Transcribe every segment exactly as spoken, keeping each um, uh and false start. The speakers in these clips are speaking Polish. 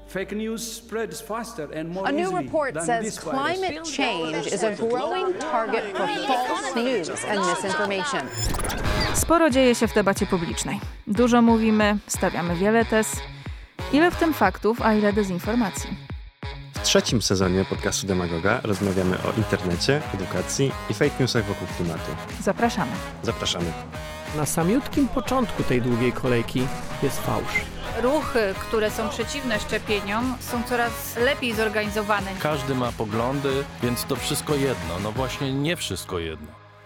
Fake news spreads faster and more A new easily report than says this virus. climate change is a growing target for false news and misinformation. Sporo dzieje się w debacie publicznej. Dużo mówimy, stawiamy wiele tez. Ile w tym faktów, a ile dezinformacji? W trzecim sezonie podcastu Demagoga rozmawiamy o internecie, edukacji i fake newsach wokół klimatu. Zapraszamy. Zapraszamy. Na samiutkim początku tej długiej kolejki jest fałsz. Ruchy, które są przeciwne szczepieniom, są coraz lepiej zorganizowane. Każdy ma poglądy, więc to wszystko jedno. No właśnie nie wszystko jedno.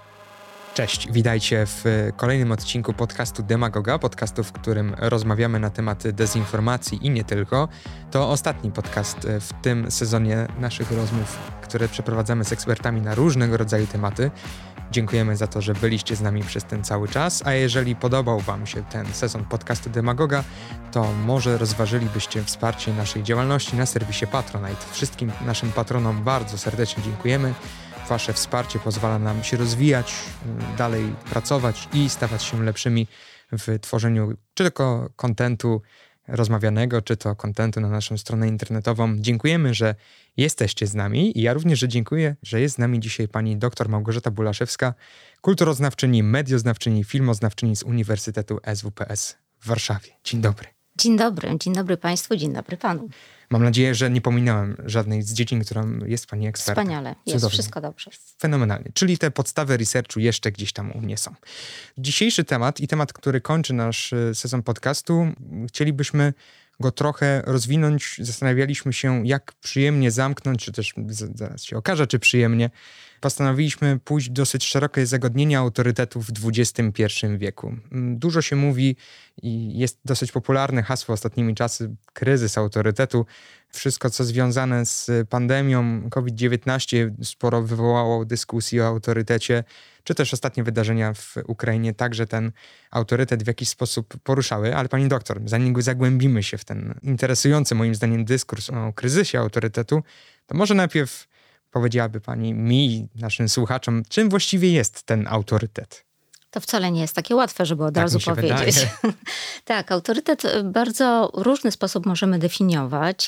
Cześć, witajcie w kolejnym odcinku podcastu Demagoga, podcastu, w którym rozmawiamy na tematy dezinformacji i nie tylko. To ostatni podcast w tym sezonie naszych rozmów, które przeprowadzamy z ekspertami na różnego rodzaju tematy. Dziękujemy za to, że byliście z nami przez ten cały czas, a jeżeli podobał Wam się ten sezon podcastu Demagoga, to może rozważylibyście wsparcie naszej działalności na serwisie Patronite. Wszystkim naszym patronom bardzo serdecznie dziękujemy. Wasze wsparcie pozwala nam się rozwijać, dalej pracować i stawać się lepszymi w tworzeniu czy tylko kontentu rozmawianego, czy to kontentu na naszą stronę internetową. Dziękujemy, że jesteście z nami i ja również, że dziękuję, że jest z nami dzisiaj pani dr Małgorzata Bulaszewska, kulturoznawczyni, medioznawczyni, filmoznawczyni z Uniwersytetu S W P S w Warszawie. Dzień dobry. Dzień dobry, dzień dobry Państwu, dzień dobry Panu. Mam nadzieję, że nie pominąłem żadnej z dziedzin, którą jest Pani ekspertem. Wspaniale, jest Cudownie. Wszystko dobrze. Fenomenalnie, czyli te podstawy researchu jeszcze gdzieś tam u mnie są. Dzisiejszy temat i temat, który kończy nasz sezon podcastu, chcielibyśmy go trochę rozwinąć. Zastanawialiśmy się, jak przyjemnie zamknąć, czy też zaraz się okaże, czy przyjemnie. Postanowiliśmy pójść w dosyć szerokie zagadnienie autorytetu w dwudziestym pierwszym wieku. Dużo się mówi i jest dosyć popularne hasło ostatnimi czasy, kryzys autorytetu. Wszystko, co związane z pandemią COVID dziewiętnaście sporo wywołało dyskusji o autorytecie, czy też ostatnie wydarzenia w Ukrainie także ten autorytet w jakiś sposób poruszały. Ale pani doktor, zanim zagłębimy się w ten interesujący moim zdaniem dyskurs o kryzysie autorytetu, to może najpierw powiedziałaby pani mi, naszym słuchaczom, czym właściwie jest ten autorytet? To wcale nie jest takie łatwe, żeby od tak razu mi się powiedzieć. Wydaje. Tak, autorytet w bardzo różny sposób możemy definiować.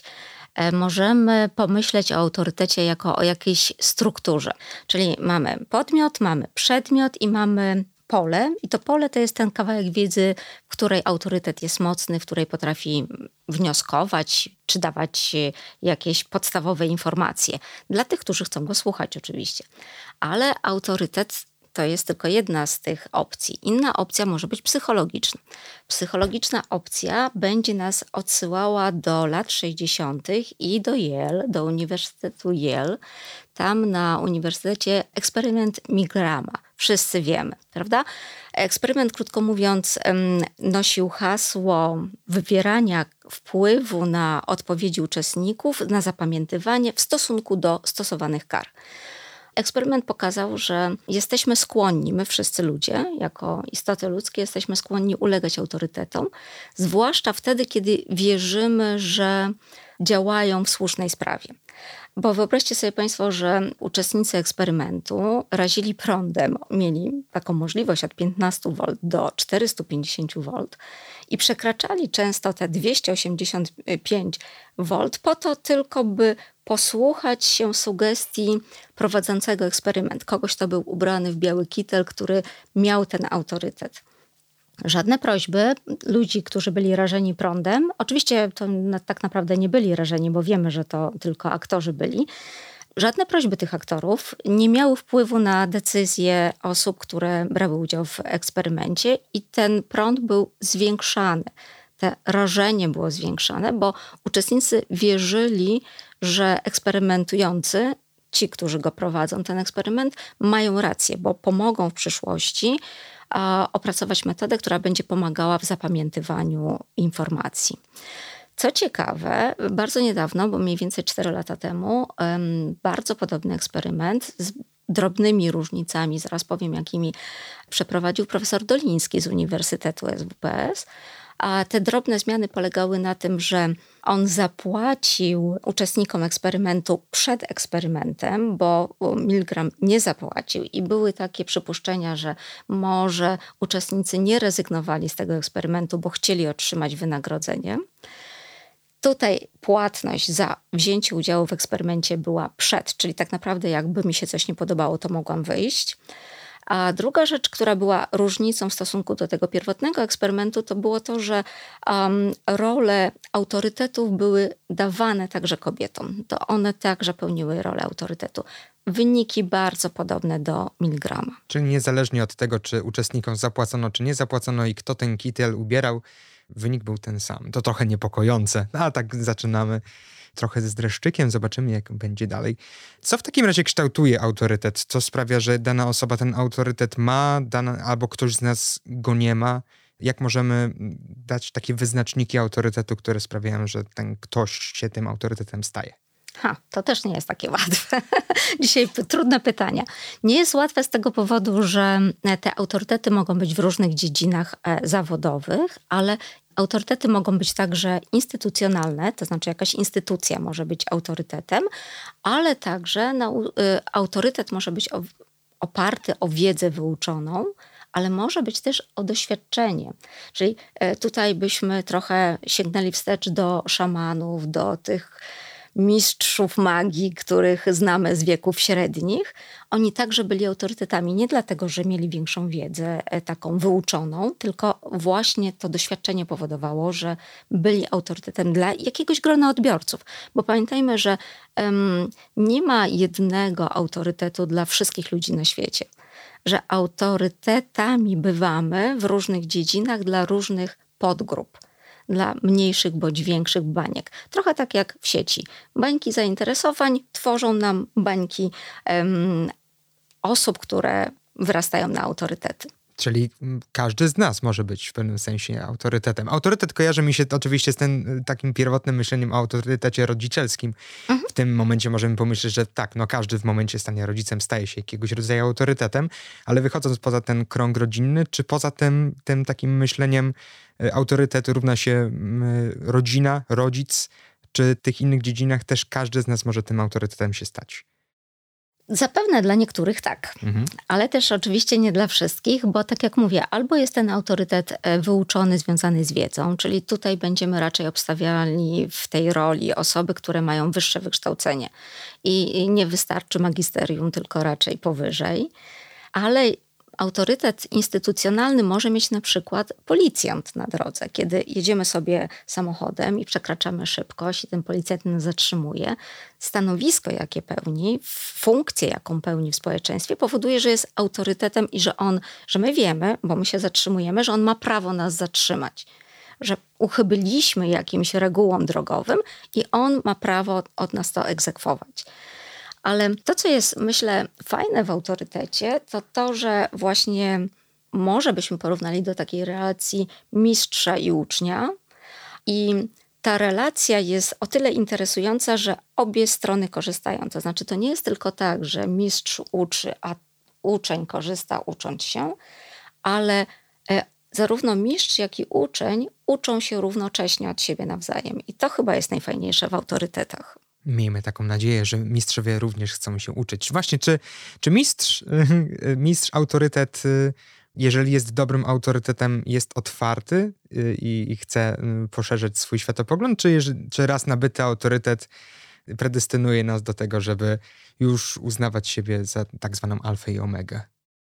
Możemy pomyśleć o autorytecie jako o jakiejś strukturze. Czyli mamy podmiot, mamy przedmiot i mamy pole. I to pole to jest ten kawałek wiedzy, w której autorytet jest mocny, w której potrafi wnioskować czy dawać jakieś podstawowe informacje. Dla tych, którzy chcą go słuchać oczywiście. Ale autorytet to jest tylko jedna z tych opcji. Inna opcja może być psychologiczna. Psychologiczna opcja będzie nas odsyłała do lat sześćdziesiątych i do Yale, do Uniwersytetu Yale. Tam na uniwersytecie eksperyment Milgrama. Wszyscy wiemy, prawda? Eksperyment, krótko mówiąc, nosił hasło wywierania wpływu na odpowiedzi uczestników, na zapamiętywanie w stosunku do stosowanych kar. Eksperyment pokazał, że jesteśmy skłonni, my wszyscy ludzie, jako istoty ludzkie, jesteśmy skłonni ulegać autorytetom, zwłaszcza wtedy, kiedy wierzymy, że działają w słusznej sprawie. Bo wyobraźcie sobie Państwo, że uczestnicy eksperymentu razili prądem, mieli taką możliwość od piętnaście wolt do czterysta pięćdziesiąt wolt i przekraczali często te dwieście osiemdziesiąt pięć wolt po to tylko, by posłuchać się sugestii prowadzącego eksperyment. Kogoś, kto był ubrany w biały kitel, który miał ten autorytet. Żadne prośby ludzi, którzy byli rażeni prądem, oczywiście to tak naprawdę nie byli rażeni, bo wiemy, że to tylko aktorzy byli. Żadne prośby tych aktorów nie miały wpływu na decyzje osób, które brały udział w eksperymencie i ten prąd był zwiększany. Te rażenie było zwiększane, bo uczestnicy wierzyli, że eksperymentujący, ci, którzy go prowadzą, ten eksperyment, mają rację, bo pomogą w przyszłości a, opracować metodę, która będzie pomagała w zapamiętywaniu informacji. Co ciekawe, bardzo niedawno, bo mniej więcej cztery lata temu, um, bardzo podobny eksperyment z drobnymi różnicami, zaraz powiem jakimi, przeprowadził profesor Doliński z Uniwersytetu S W P S. A te drobne zmiany polegały na tym, że on zapłacił uczestnikom eksperymentu przed eksperymentem, bo Milgram nie zapłacił i były takie przypuszczenia, że może uczestnicy nie rezygnowali z tego eksperymentu, bo chcieli otrzymać wynagrodzenie. Tutaj płatność za wzięcie udziału w eksperymencie była przed, czyli tak naprawdę jakby mi się coś nie podobało, to mogłam wyjść. A druga rzecz, która była różnicą w stosunku do tego pierwotnego eksperymentu, to było to, że um, role autorytetów były dawane także kobietom. To one także pełniły rolę autorytetu. Wyniki bardzo podobne do Milgrama. Czyli niezależnie od tego, czy uczestnikom zapłacono, czy nie zapłacono i kto ten kitel ubierał, wynik był ten sam. To trochę niepokojące, a tak zaczynamy trochę z dreszczykiem, zobaczymy jak będzie dalej. Co w takim razie kształtuje autorytet? Co sprawia, że dana osoba ten autorytet ma, dana, albo ktoś z nas go nie ma? Jak możemy dać takie wyznaczniki autorytetu, które sprawiają, że ten ktoś się tym autorytetem staje? Ha, to też nie jest takie łatwe. Dzisiaj trudne pytania. Nie jest łatwe z tego powodu, że te autorytety mogą być w różnych dziedzinach zawodowych, ale autorytety mogą być także instytucjonalne, to znaczy jakaś instytucja może być autorytetem, ale także nau- autorytet może być o, oparty o wiedzę wyuczoną, ale może być też o doświadczenie. Czyli tutaj byśmy trochę sięgnęli wstecz do szamanów, do tych mistrzów magii, których znamy z wieków średnich. Oni także byli autorytetami nie dlatego, że mieli większą wiedzę taką wyuczoną, tylko właśnie to doświadczenie powodowało, że byli autorytetem dla jakiegoś grona odbiorców. Bo pamiętajmy, że um, nie ma jednego autorytetu dla wszystkich ludzi na świecie. Że autorytetami bywamy w różnych dziedzinach dla różnych podgrup. Dla mniejszych bądź większych baniek. Trochę tak jak w sieci. Bańki zainteresowań tworzą nam bańki um, osób, które wyrastają na autorytety. Czyli każdy z nas może być w pewnym sensie autorytetem. Autorytet kojarzy mi się oczywiście z tym takim pierwotnym myśleniem o autorytecie rodzicielskim. Mhm. W tym momencie możemy pomyśleć, że tak, no każdy w momencie stania rodzicem staje się jakiegoś rodzaju autorytetem, ale wychodząc poza ten krąg rodzinny, czy poza tym, tym takim myśleniem autorytet równa się rodzina, rodzic, czy w tych innych dziedzinach też każdy z nas może tym autorytetem się stać? Zapewne dla niektórych tak, mhm. ale też oczywiście nie dla wszystkich, bo tak jak mówię, albo jest ten autorytet wyuczony, związany z wiedzą, czyli tutaj będziemy raczej obstawiali w tej roli osoby, które mają wyższe wykształcenie i nie wystarczy magisterium, tylko raczej powyżej, ale autorytet instytucjonalny może mieć na przykład policjant na drodze. Kiedy jedziemy sobie samochodem i przekraczamy szybkość i ten policjant nas zatrzymuje, stanowisko, jakie pełni, funkcję, jaką pełni w społeczeństwie, powoduje, że jest autorytetem i że on, że my wiemy, bo my się zatrzymujemy, że on ma prawo nas zatrzymać. Że uchybiliśmy jakimś regułom drogowym i on ma prawo od nas to egzekwować. Ale to, co jest, myślę, fajne w autorytecie, to to, że właśnie może byśmy porównali do takiej relacji mistrza i ucznia. I ta relacja jest o tyle interesująca, że obie strony korzystają. To znaczy, to nie jest tylko tak, że mistrz uczy, a uczeń korzysta ucząc się, ale zarówno mistrz, jak i uczeń uczą się równocześnie od siebie nawzajem. I to chyba jest najfajniejsze w autorytetach. Miejmy taką nadzieję, że mistrzowie również chcą się uczyć. Właśnie, czy, czy mistrz, mistrz autorytet, jeżeli jest dobrym autorytetem, jest otwarty i, i chce poszerzyć swój światopogląd, czy, czy raz nabyty autorytet predestynuje nas do tego, żeby już uznawać siebie za tak zwaną alfę i omegę?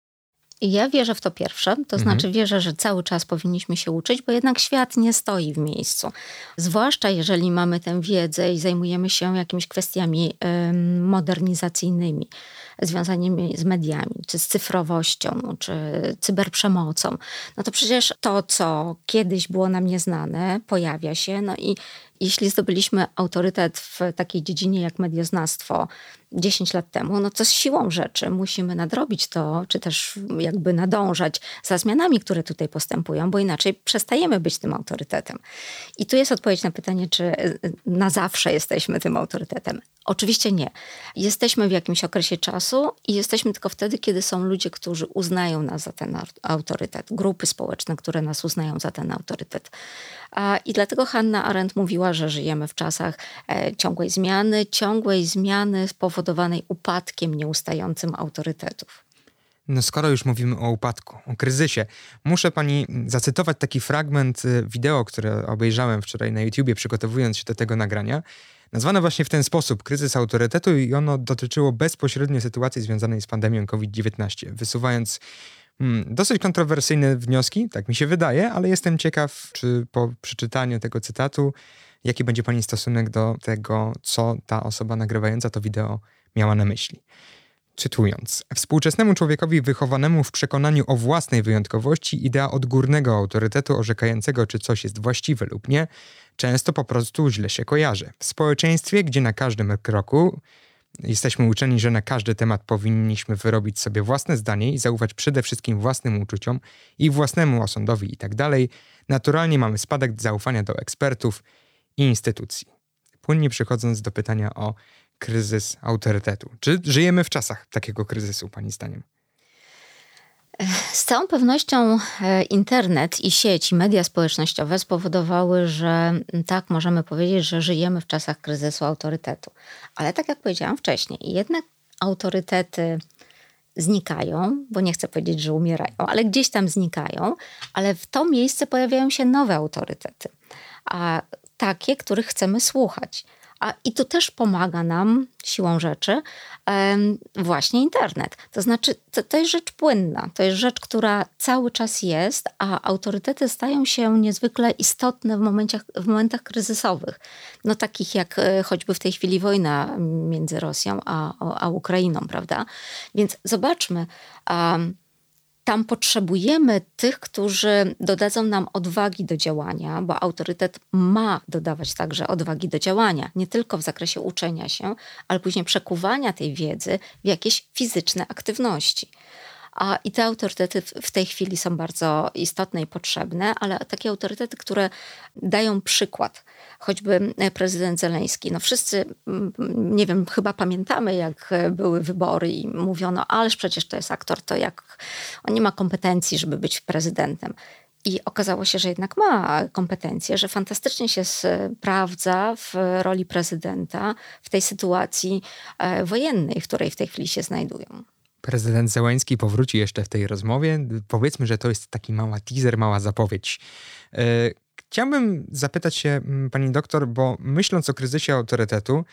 Ja wierzę w to pierwsze, to mhm. znaczy wierzę, że cały czas powinniśmy się uczyć, bo jednak świat nie stoi w miejscu. Zwłaszcza jeżeli mamy tę wiedzę i zajmujemy się jakimiś kwestiami ym, modernizacyjnymi, związanymi z mediami, czy z cyfrowością, czy cyberprzemocą. No to przecież to, co kiedyś było nam nieznane, pojawia się. No i jeśli zdobyliśmy autorytet w takiej dziedzinie jak medioznawstwo dziesięć lat temu, no to z siłą rzeczy musimy nadrobić to, czy też jakby nadążać za zmianami, które tutaj postępują, bo inaczej przestajemy być tym autorytetem. I tu jest odpowiedź na pytanie, czy na zawsze jesteśmy tym autorytetem. Oczywiście nie. Jesteśmy w jakimś okresie czasu i jesteśmy tylko wtedy, kiedy są ludzie, którzy uznają nas za ten autorytet. Grupy społeczne, które nas uznają za ten autorytet. I dlatego Hannah Arendt mówiła, że żyjemy w czasach ciągłej zmiany, ciągłej zmiany spowodowanej upadkiem nieustającym autorytetów. No skoro już mówimy o upadku, o kryzysie, muszę pani zacytować taki fragment wideo, które obejrzałem wczoraj na YouTubie, przygotowując się do tego nagrania. Nazwane właśnie w ten sposób kryzys autorytetu i ono dotyczyło bezpośrednio sytuacji związanej z pandemią COVID dziewiętnaście, wysuwając hmm, dosyć kontrowersyjne wnioski, tak mi się wydaje, ale jestem ciekaw, czy po przeczytaniu tego cytatu, jaki będzie pani stosunek do tego, co ta osoba nagrywająca to wideo miała na myśli. Cytując, współczesnemu człowiekowi wychowanemu w przekonaniu o własnej wyjątkowości idea odgórnego autorytetu orzekającego, czy coś jest właściwe lub nie, często po prostu źle się kojarzy. W społeczeństwie, gdzie na każdym kroku jesteśmy uczeni, że na każdy temat powinniśmy wyrobić sobie własne zdanie i zaufać przede wszystkim własnym uczuciom i własnemu osądowi i tak dalej, naturalnie mamy spadek zaufania do ekspertów i instytucji. Płynnie przechodząc do pytania o kryzys autorytetu. Czy żyjemy w czasach takiego kryzysu, pani zdaniem? Z całą pewnością internet i sieć, i media społecznościowe spowodowały, że tak możemy powiedzieć, że żyjemy w czasach kryzysu autorytetu. Ale tak jak powiedziałam wcześniej, jednak autorytety znikają, bo nie chcę powiedzieć, że umierają, ale gdzieś tam znikają, ale w to miejsce pojawiają się nowe autorytety, a takie, których chcemy słuchać. A i tu też pomaga nam siłą rzeczy um, właśnie internet. To znaczy, to, to jest rzecz płynna, to jest rzecz, która cały czas jest, a autorytety stają się niezwykle istotne w momentach, w momentach kryzysowych. No takich jak e, choćby w tej chwili wojna między Rosją a, a Ukrainą, prawda? Więc zobaczmy, um, tam potrzebujemy tych, którzy dodadzą nam odwagi do działania, bo autorytet ma dodawać także odwagi do działania, nie tylko w zakresie uczenia się, ale później przekuwania tej wiedzy w jakieś fizyczne aktywności. A i te autorytety w tej chwili są bardzo istotne i potrzebne, ale takie autorytety, które dają przykład. Choćby prezydent Zeleński. No wszyscy, nie wiem, chyba pamiętamy, jak były wybory i mówiono, ależ przecież to jest aktor, to jak on nie ma kompetencji, żeby być prezydentem. I okazało się, że jednak ma kompetencje, że fantastycznie się sprawdza w roli prezydenta w tej sytuacji wojennej, w której w tej chwili się znajdują. Prezydent Zełański powróci jeszcze w tej rozmowie. Powiedzmy, że to jest taki mała teaser, mała zapowiedź. Chciałbym zapytać się pani doktor, bo myśląc o kryzysie autorytetu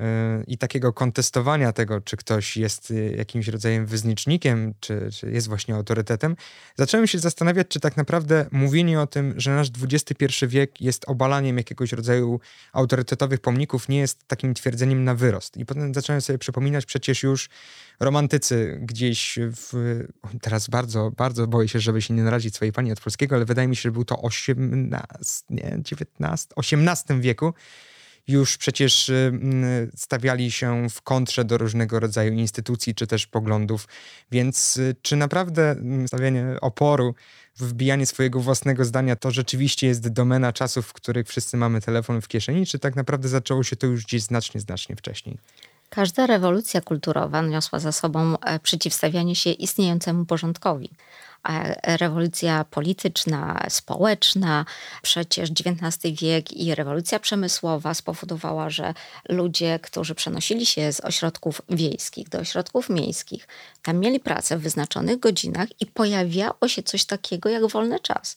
i takiego kontestowania tego, czy ktoś jest jakimś rodzajem wyznacznikiem, czy, czy jest właśnie autorytetem, zacząłem się zastanawiać, czy tak naprawdę mówienie o tym, że nasz dwudziesty pierwszy wiek jest obalaniem jakiegoś rodzaju autorytetowych pomników, nie jest takim twierdzeniem na wyrost. I potem zacząłem sobie przypominać, przecież już romantycy gdzieś w... Teraz bardzo, bardzo boję się, żeby się nie narazić swojej pani od polskiego, ale wydaje mi się, że był to osiemnasty, nie, dziewiętnasty, osiemnastym wieku. Już przecież stawiali się w kontrze do różnego rodzaju instytucji czy też poglądów. Więc czy naprawdę stawianie oporu, wbijanie swojego własnego zdania to rzeczywiście jest domena czasów, w których wszyscy mamy telefon w kieszeni, czy tak naprawdę zaczęło się to już gdzieś znacznie, znacznie wcześniej? Każda rewolucja kulturowa niosła za sobą przeciwstawianie się istniejącemu porządkowi. Rewolucja polityczna, społeczna, przecież dziewiętnasty wiek i rewolucja przemysłowa spowodowała, że ludzie, którzy przenosili się z ośrodków wiejskich do ośrodków miejskich, tam mieli pracę w wyznaczonych godzinach i pojawiało się coś takiego jak wolny czas.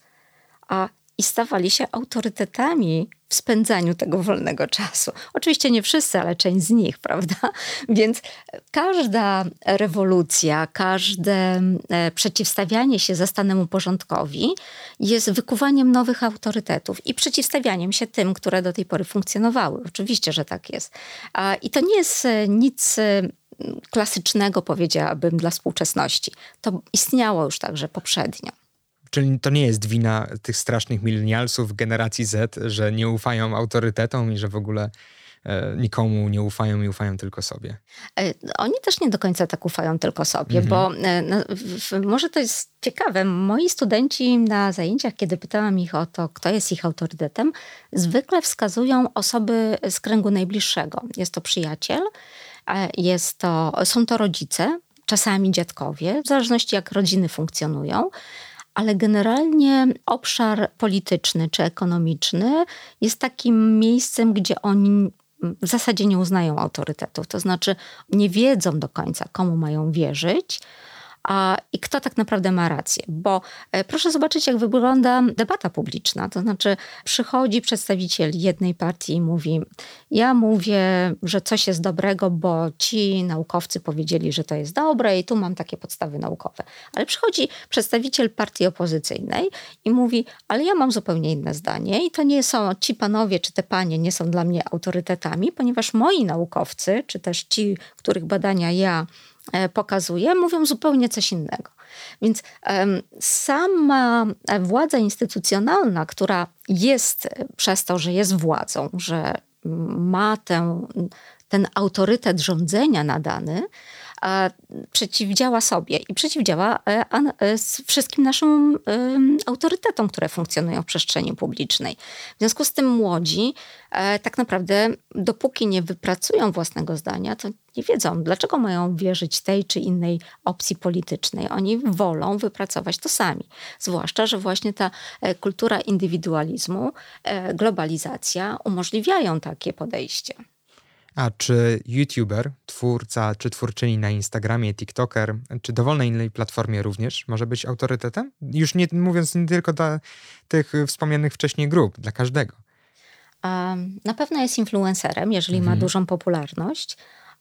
A i stawali się autorytetami w spędzaniu tego wolnego czasu. Oczywiście nie wszyscy, ale część z nich, prawda? Więc każda rewolucja, każde przeciwstawianie się zastanemu porządkowi jest wykuwaniem nowych autorytetów i przeciwstawianiem się tym, które do tej pory funkcjonowały. Oczywiście, że tak jest. I to nie jest nic klasycznego, powiedziałabym, dla współczesności. To istniało już także poprzednio. Czyli to nie jest wina tych strasznych milenialsów generacji Z, że nie ufają autorytetom i że w ogóle e, nikomu nie ufają i ufają tylko sobie. Oni też nie do końca tak ufają tylko sobie, mhm. bo e, no, w, może to jest ciekawe. Moi studenci na zajęciach, kiedy pytałam ich o to, kto jest ich autorytetem, zwykle wskazują osoby z kręgu najbliższego. Jest to przyjaciel, e, jest to, są to rodzice, czasami dziadkowie, w zależności jak rodziny funkcjonują. Ale generalnie obszar polityczny czy ekonomiczny jest takim miejscem, gdzie oni w zasadzie nie uznają autorytetów. To znaczy nie wiedzą do końca, komu mają wierzyć, a, i kto tak naprawdę ma rację. Bo e, proszę zobaczyć, jak wygląda debata publiczna. To znaczy przychodzi przedstawiciel jednej partii i mówi, ja mówię, że coś jest dobrego, bo ci naukowcy powiedzieli, że to jest dobre i tu mam takie podstawy naukowe. Ale przychodzi przedstawiciel partii opozycyjnej i mówi, ale ja mam zupełnie inne zdanie i to nie są ci panowie czy te panie nie są dla mnie autorytetami, ponieważ moi naukowcy, czy też ci, których badania ja pokazuję, mówią zupełnie coś innego. Więc um, sama władza instytucjonalna, która jest przez to, że jest władzą, że ma tę, ten autorytet rządzenia nadany, przeciwdziała sobie i przeciwdziała wszystkim naszym autorytetom, które funkcjonują w przestrzeni publicznej. W związku z tym młodzi tak naprawdę dopóki nie wypracują własnego zdania, to nie wiedzą, dlaczego mają wierzyć tej czy innej opcji politycznej. Oni wolą wypracować to sami. Zwłaszcza, że właśnie ta kultura indywidualizmu, globalizacja umożliwiają takie podejście. A czy YouTuber, twórca czy twórczyni na Instagramie, TikToker, czy dowolnej innej platformie również może być autorytetem? Już nie mówiąc nie tylko dla tych wspomnianych wcześniej grup, dla każdego. Na pewno jest influencerem, jeżeli mhm. ma dużą popularność.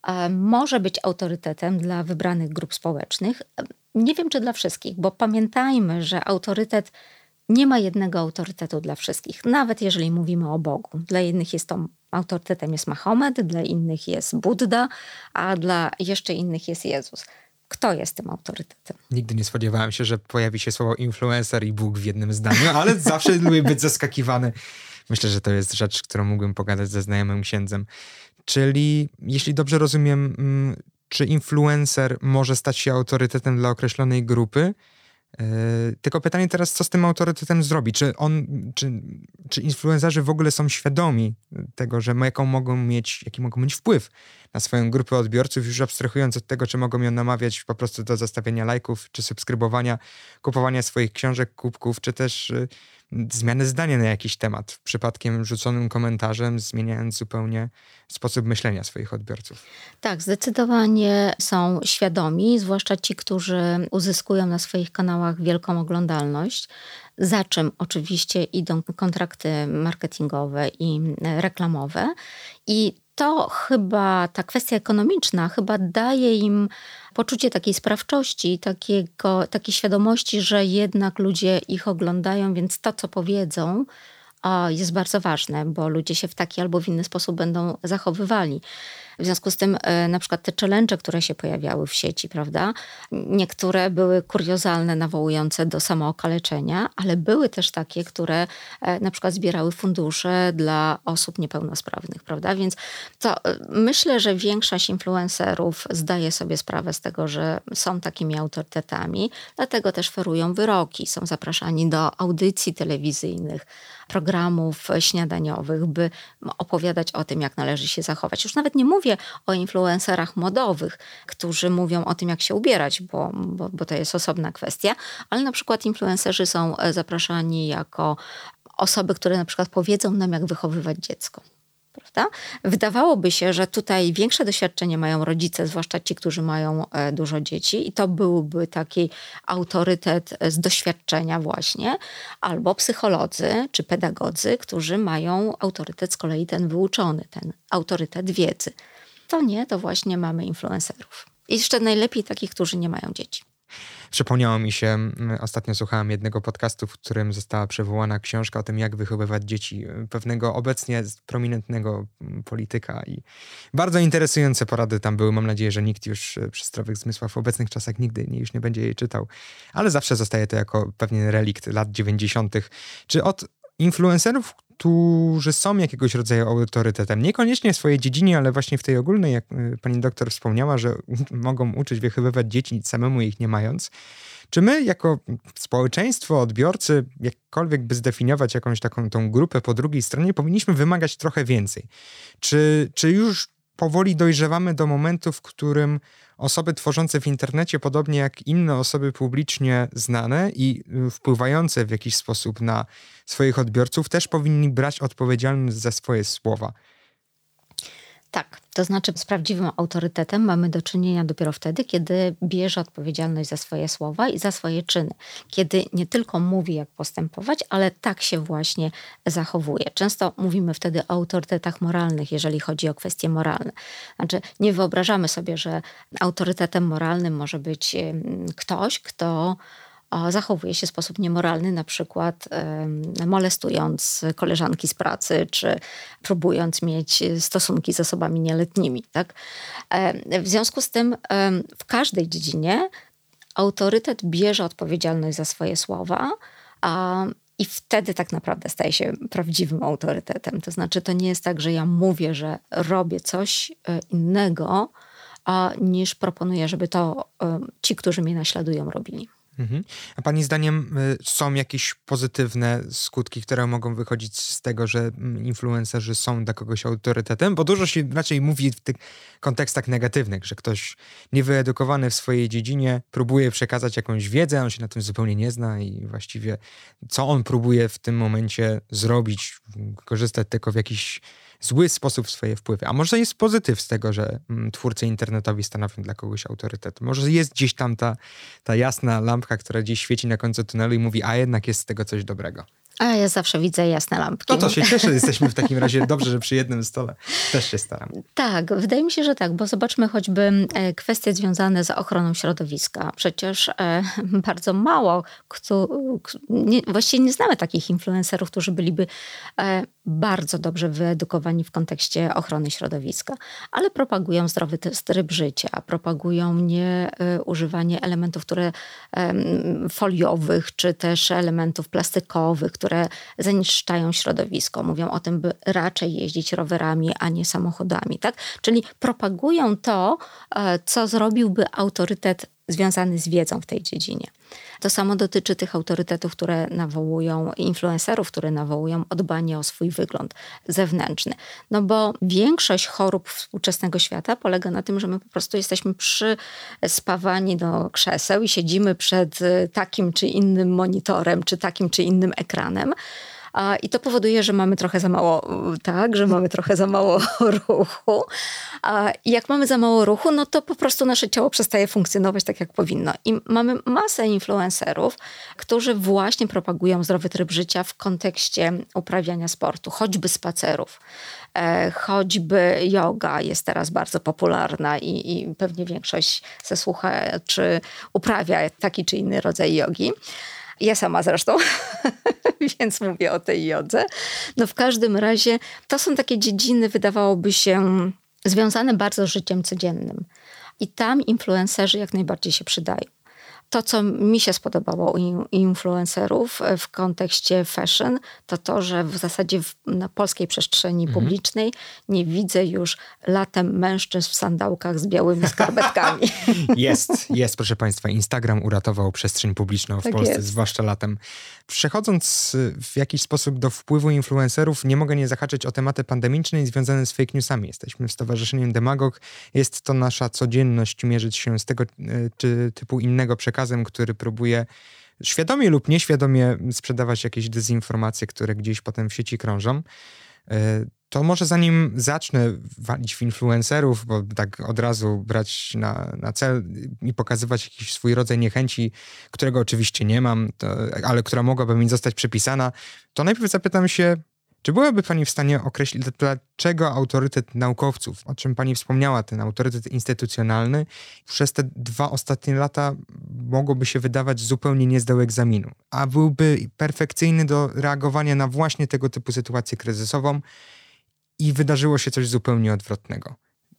Może być autorytetem dla wybranych grup społecznych. Nie wiem, czy dla wszystkich, bo pamiętajmy, że autorytet nie ma jednego autorytetu dla wszystkich. Nawet jeżeli mówimy o Bogu. Dla jednych jest to autorytetem jest Mahomet, dla innych jest Budda, a dla jeszcze innych jest Jezus. Kto jest tym autorytetem? Nigdy nie spodziewałem się, że pojawi się słowo influencer i Bóg w jednym zdaniu, ale zawsze lubię być zaskakiwany. Myślę, że to jest rzecz, którą mógłbym pogadać ze znajomym księdzem. Czyli, jeśli dobrze rozumiem, czy influencer może stać się autorytetem dla określonej grupy? Yy, tylko pytanie teraz, co z tym autorytetem zrobi? Czy on, czy, czy influencerzy w ogóle są świadomi tego, że jaką mogą mieć, jaki mogą mieć wpływ na swoją grupę odbiorców, już abstrahując od tego, czy mogą ją namawiać po prostu do zostawienia lajków, czy subskrybowania, kupowania swoich książek, kubków, czy też yy, zmiany zdania na jakiś temat, przypadkiem rzuconym komentarzem, zmieniając zupełnie sposób myślenia swoich odbiorców. Tak, zdecydowanie są świadomi, zwłaszcza ci, którzy uzyskują na swoich kanałach wielką oglądalność, za czym oczywiście idą kontrakty marketingowe i reklamowe. I to chyba, ta kwestia ekonomiczna chyba daje im poczucie takiej sprawczości, takiego, takiej świadomości, że jednak ludzie ich oglądają, więc to, co powiedzą, jest bardzo ważne, bo ludzie się w taki albo w inny sposób będą zachowywali. W związku z tym na przykład te challenge, które się pojawiały w sieci, prawda? Niektóre były kuriozalne, nawołujące do samookaleczenia, ale były też takie, które na przykład zbierały fundusze dla osób niepełnosprawnych, prawda? Więc to myślę, że większość influencerów zdaje sobie sprawę z tego, że są takimi autorytetami, dlatego też ferują wyroki, są zapraszani do audycji telewizyjnych, programów śniadaniowych, by opowiadać o tym, jak należy się zachować. Już nawet nie mówię o influencerach modowych, którzy mówią o tym, jak się ubierać, bo, bo, bo to jest osobna kwestia, ale na przykład influencerzy są zapraszani jako osoby, które na przykład powiedzą nam, jak wychowywać dziecko. Prawda? Wydawałoby się, że tutaj większe doświadczenie mają rodzice, zwłaszcza ci, którzy mają dużo dzieci i to byłby taki autorytet z doświadczenia właśnie, albo psycholodzy czy pedagodzy, którzy mają autorytet z kolei ten wyuczony, ten autorytet wiedzy. To nie, to właśnie mamy influencerów. I jeszcze najlepiej takich, którzy nie mają dzieci. Przypomniało mi się, ostatnio słuchałem jednego podcastu, w którym została przywołana książka o tym, jak wychowywać dzieci pewnego obecnie prominentnego polityka i bardzo interesujące porady tam były. Mam nadzieję, że nikt już przy zdrowych zmysłach w obecnych czasach nigdy nie, już nie będzie jej czytał, ale zawsze zostaje to jako pewien relikt lat dziewięćdziesiątych. Czy od influencerów, którzy są jakiegoś rodzaju autorytetem, niekoniecznie w swojej dziedzinie, ale właśnie w tej ogólnej, jak pani doktor wspomniała, że mogą uczyć wychowywać dzieci samemu ich nie mając. Czy my jako społeczeństwo, odbiorcy, jakkolwiek by zdefiniować jakąś taką tą grupę po drugiej stronie, powinniśmy wymagać trochę więcej? Czy, czy już powoli dojrzewamy do momentu, w którym osoby tworzące w internecie, podobnie jak inne osoby publicznie znane i wpływające w jakiś sposób na swoich odbiorców, też powinni brać odpowiedzialność za swoje słowa? Tak. To znaczy z prawdziwym autorytetem mamy do czynienia dopiero wtedy, kiedy bierze odpowiedzialność za swoje słowa i za swoje czyny. Kiedy nie tylko mówi, jak postępować, ale tak się właśnie zachowuje. Często mówimy wtedy o autorytetach moralnych, jeżeli chodzi o kwestie moralne. Znaczy nie wyobrażamy sobie, że autorytetem moralnym może być ktoś, kto zachowuje się w sposób niemoralny, na przykład molestując koleżanki z pracy, czy próbując mieć stosunki z osobami nieletnimi. Tak? W związku z tym w każdej dziedzinie autorytet bierze odpowiedzialność za swoje słowa, a i wtedy tak naprawdę staje się prawdziwym autorytetem. To znaczy to nie jest tak, że ja mówię, że robię coś innego, a niż proponuję, żeby to ci, którzy mnie naśladują, robili. Mhm. A pani zdaniem y, są jakieś pozytywne skutki, które mogą wychodzić z tego, że influencerzy są dla kogoś autorytetem? Bo dużo się raczej mówi w tych kontekstach negatywnych, że ktoś niewyedukowany w swojej dziedzinie próbuje przekazać jakąś wiedzę, on się na tym zupełnie nie zna i właściwie co on próbuje w tym momencie zrobić, korzystać tylko w jakiś zły sposób swoje wpływy. A może jest pozytyw z tego, że mm, twórcy internetowi stanowią dla kogoś autorytet. Może jest gdzieś tam ta, ta jasna lampka, która gdzieś świeci na końcu tunelu i mówi, a jednak jest z tego coś dobrego. A ja zawsze widzę jasne lampki. No to się cieszę, jesteśmy w takim razie dobrze, że przy jednym stole też się staram. Tak, wydaje mi się, że tak, bo zobaczmy choćby kwestie związane z ochroną środowiska. Przecież e, bardzo mało, kto, nie, właściwie nie znamy takich influencerów, którzy byliby e, bardzo dobrze wyedukowani w kontekście ochrony środowiska, ale propagują zdrowy tryb życia, propagują nie e, używanie elementów, które e, foliowych, czy też elementów plastikowych, które zanieczyszczają środowisko. Mówią o tym, by raczej jeździć rowerami, a nie samochodami. Tak? Czyli propagują to, co zrobiłby autorytet związany z wiedzą w tej dziedzinie. To samo dotyczy tych autorytetów, które nawołują, influencerów, które nawołują o dbanie o swój wygląd zewnętrzny. No bo większość chorób współczesnego świata polega na tym, że my po prostu jesteśmy przyspawani do krzeseł i siedzimy przed takim czy innym monitorem, czy takim czy innym ekranem. I to powoduje, że mamy trochę za mało, tak, że mamy trochę za mało ruchu. I jak mamy za mało ruchu, no to po prostu nasze ciało przestaje funkcjonować tak, jak powinno. I mamy masę influencerów, którzy właśnie propagują zdrowy tryb życia w kontekście uprawiania sportu, choćby spacerów. Choćby yoga jest teraz bardzo popularna i, i pewnie większość ze słuchaczy uprawia taki czy inny rodzaj jogi. Ja sama zresztą, więc mówię o tej jodze. No w każdym razie to są takie dziedziny, wydawałoby się, związane bardzo z życiem codziennym. I tam influencerzy jak najbardziej się przydają. To, co mi się spodobało u influencerów w kontekście fashion, to to, że w zasadzie w, na polskiej przestrzeni mhm. publicznej nie widzę już latem mężczyzn w sandałkach z białymi skarpetkami. Jest, jest, proszę państwa. Instagram uratował przestrzeń publiczną w tak Polsce, jest. Zwłaszcza latem. Przechodząc w jakiś sposób do wpływu influencerów, nie mogę nie zahaczyć o tematy pandemiczne i związane z fake newsami. Jesteśmy w Stowarzyszeniem Demagog. Jest to nasza codzienność mierzyć się z tego czy typu innego przekazem, który próbuje świadomie lub nieświadomie sprzedawać jakieś dezinformacje, które gdzieś potem w sieci krążą. To może zanim zacznę walić w influencerów, bo tak od razu brać na, na cel i pokazywać jakiś swój rodzaj niechęci, którego oczywiście nie mam, to, ale która mogłaby mi zostać przypisana, to najpierw zapytam się, czy byłaby pani w stanie określić, dlaczego autorytet naukowców, o czym pani wspomniała, ten autorytet instytucjonalny, przez te dwa ostatnie lata mogłoby się wydawać zupełnie nie zdał egzaminu, a byłby perfekcyjny do reagowania na właśnie tego typu sytuację kryzysową i wydarzyło się coś zupełnie odwrotnego?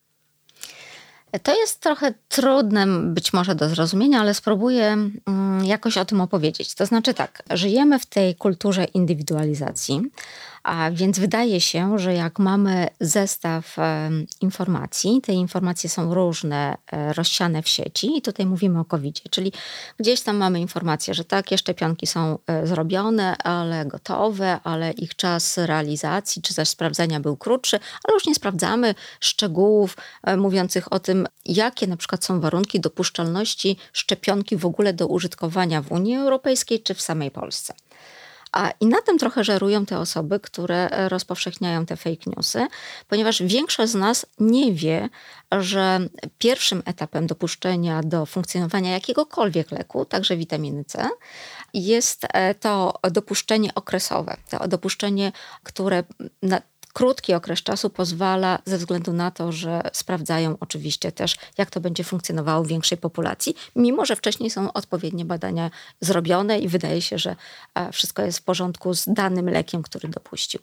To jest trochę trudne być może do zrozumienia, ale spróbuję jakoś o tym opowiedzieć. To znaczy tak, żyjemy w tej kulturze indywidualizacji, a więc wydaje się, że jak mamy zestaw e, informacji, te informacje są różne, e, rozsiane w sieci i tutaj mówimy o kowidzie, czyli gdzieś tam mamy informację, że takie szczepionki są e, zrobione, ale gotowe, ale ich czas realizacji czy też sprawdzenia był krótszy, ale już nie sprawdzamy szczegółów e, mówiących o tym, jakie na przykład są warunki dopuszczalności szczepionki w ogóle do użytkowania w Unii Europejskiej czy w samej Polsce. A, I na tym trochę żerują te osoby, które rozpowszechniają te fake newsy, ponieważ większość z nas nie wie, że pierwszym etapem dopuszczenia do funkcjonowania jakiegokolwiek leku, także witaminy C, jest to dopuszczenie okresowe. To dopuszczenie, które na krótki okres czasu pozwala, ze względu na to, że sprawdzają oczywiście też, jak to będzie funkcjonowało w większej populacji, mimo że wcześniej są odpowiednie badania zrobione i wydaje się, że wszystko jest w porządku z danym lekiem, który dopuścił.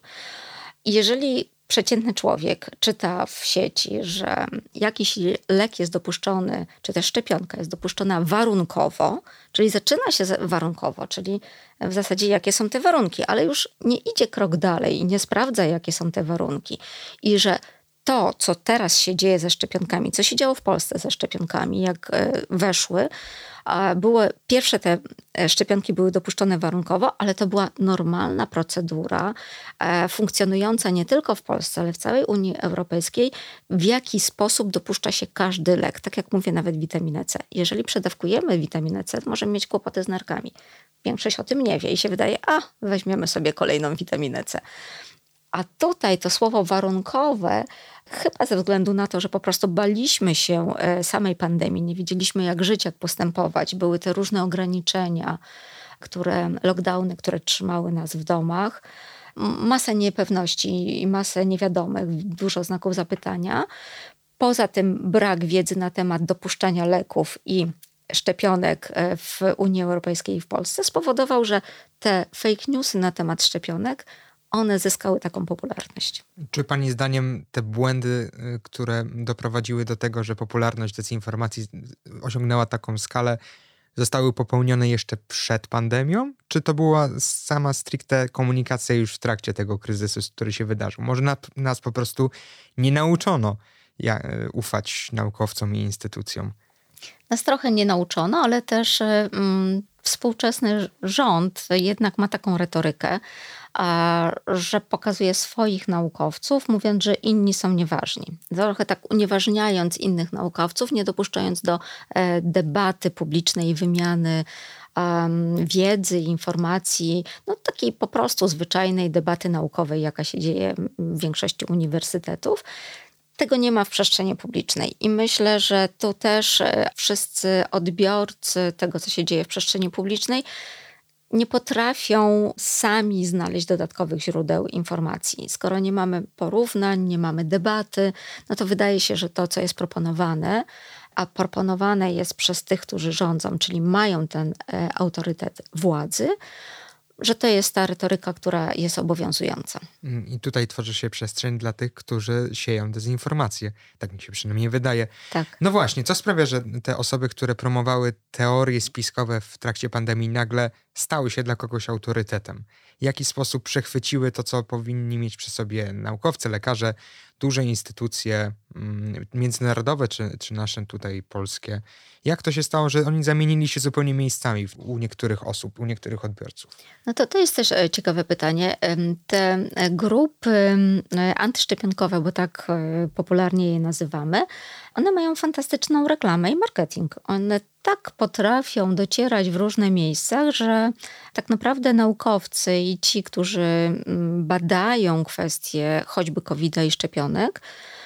Jeżeli przeciętny człowiek czyta w sieci, że jakiś lek jest dopuszczony, czy też szczepionka jest dopuszczona warunkowo, czyli zaczyna się warunkowo, czyli w zasadzie jakie są te warunki, ale już nie idzie krok dalej i nie sprawdza, jakie są te warunki. I że to, co teraz się dzieje ze szczepionkami, co się działo w Polsce ze szczepionkami, jak weszły, były, pierwsze te szczepionki były dopuszczone warunkowo, ale to była normalna procedura funkcjonująca nie tylko w Polsce, ale w całej Unii Europejskiej, w jaki sposób dopuszcza się każdy lek. Tak jak mówię, nawet witaminę C. Jeżeli przedawkujemy witaminę C, to możemy mieć kłopoty z nerkami. Większość o tym nie wie i się wydaje, a weźmiemy sobie kolejną witaminę C. A tutaj to słowo warunkowe, chyba ze względu na to, że po prostu baliśmy się samej pandemii, nie wiedzieliśmy jak żyć, jak postępować. Były te różne ograniczenia, które, lockdowny, które trzymały nas w domach. Masę niepewności i masę niewiadomych, dużo znaków zapytania. Poza tym brak wiedzy na temat dopuszczania leków i szczepionek w Unii Europejskiej i w Polsce spowodował, że te fake newsy na temat szczepionek one zyskały taką popularność. Czy pani zdaniem te błędy, które doprowadziły do tego, że popularność dezinformacji osiągnęła taką skalę, zostały popełnione jeszcze przed pandemią? Czy to była sama stricte komunikacja już w trakcie tego kryzysu, który się wydarzył? Może na, nas po prostu nie nauczono jak, ufać naukowcom i instytucjom? Nas trochę nie nauczono, ale też mm, współczesny rząd jednak ma taką retorykę, a, że pokazuje swoich naukowców, mówiąc, że inni są nieważni. Trochę tak unieważniając innych naukowców, nie dopuszczając do e, debaty publicznej, wymiany um, wiedzy, informacji, no takiej po prostu zwyczajnej debaty naukowej, jaka się dzieje w większości uniwersytetów. Tego nie ma w przestrzeni publicznej i myślę, że tu też wszyscy odbiorcy tego, co się dzieje w przestrzeni publicznej, nie potrafią sami znaleźć dodatkowych źródeł informacji. Skoro nie mamy porównań, nie mamy debaty, no to wydaje się, że to, co jest proponowane, a proponowane jest przez tych, którzy rządzą, czyli mają ten e, autorytet władzy, że to jest ta retoryka, która jest obowiązująca. I tutaj tworzy się przestrzeń dla tych, którzy sieją dezinformację. Tak mi się przynajmniej wydaje. Tak. No właśnie, co sprawia, że te osoby, które promowały teorie spiskowe w trakcie pandemii, nagle stały się dla kogoś autorytetem? W jaki sposób przechwyciły to, co powinni mieć przy sobie naukowcy, lekarze, duże instytucje międzynarodowe, czy, czy nasze tutaj polskie? Jak to się stało, że oni zamienili się zupełnie miejscami u niektórych osób, u niektórych odbiorców? No to to jest też ciekawe pytanie. Te grupy antyszczepionkowe, bo tak popularnie je nazywamy, one mają fantastyczną reklamę i marketing. One tak potrafią docierać w różne miejsca, że tak naprawdę naukowcy i ci, którzy badają kwestie choćby kowida i szczepionek,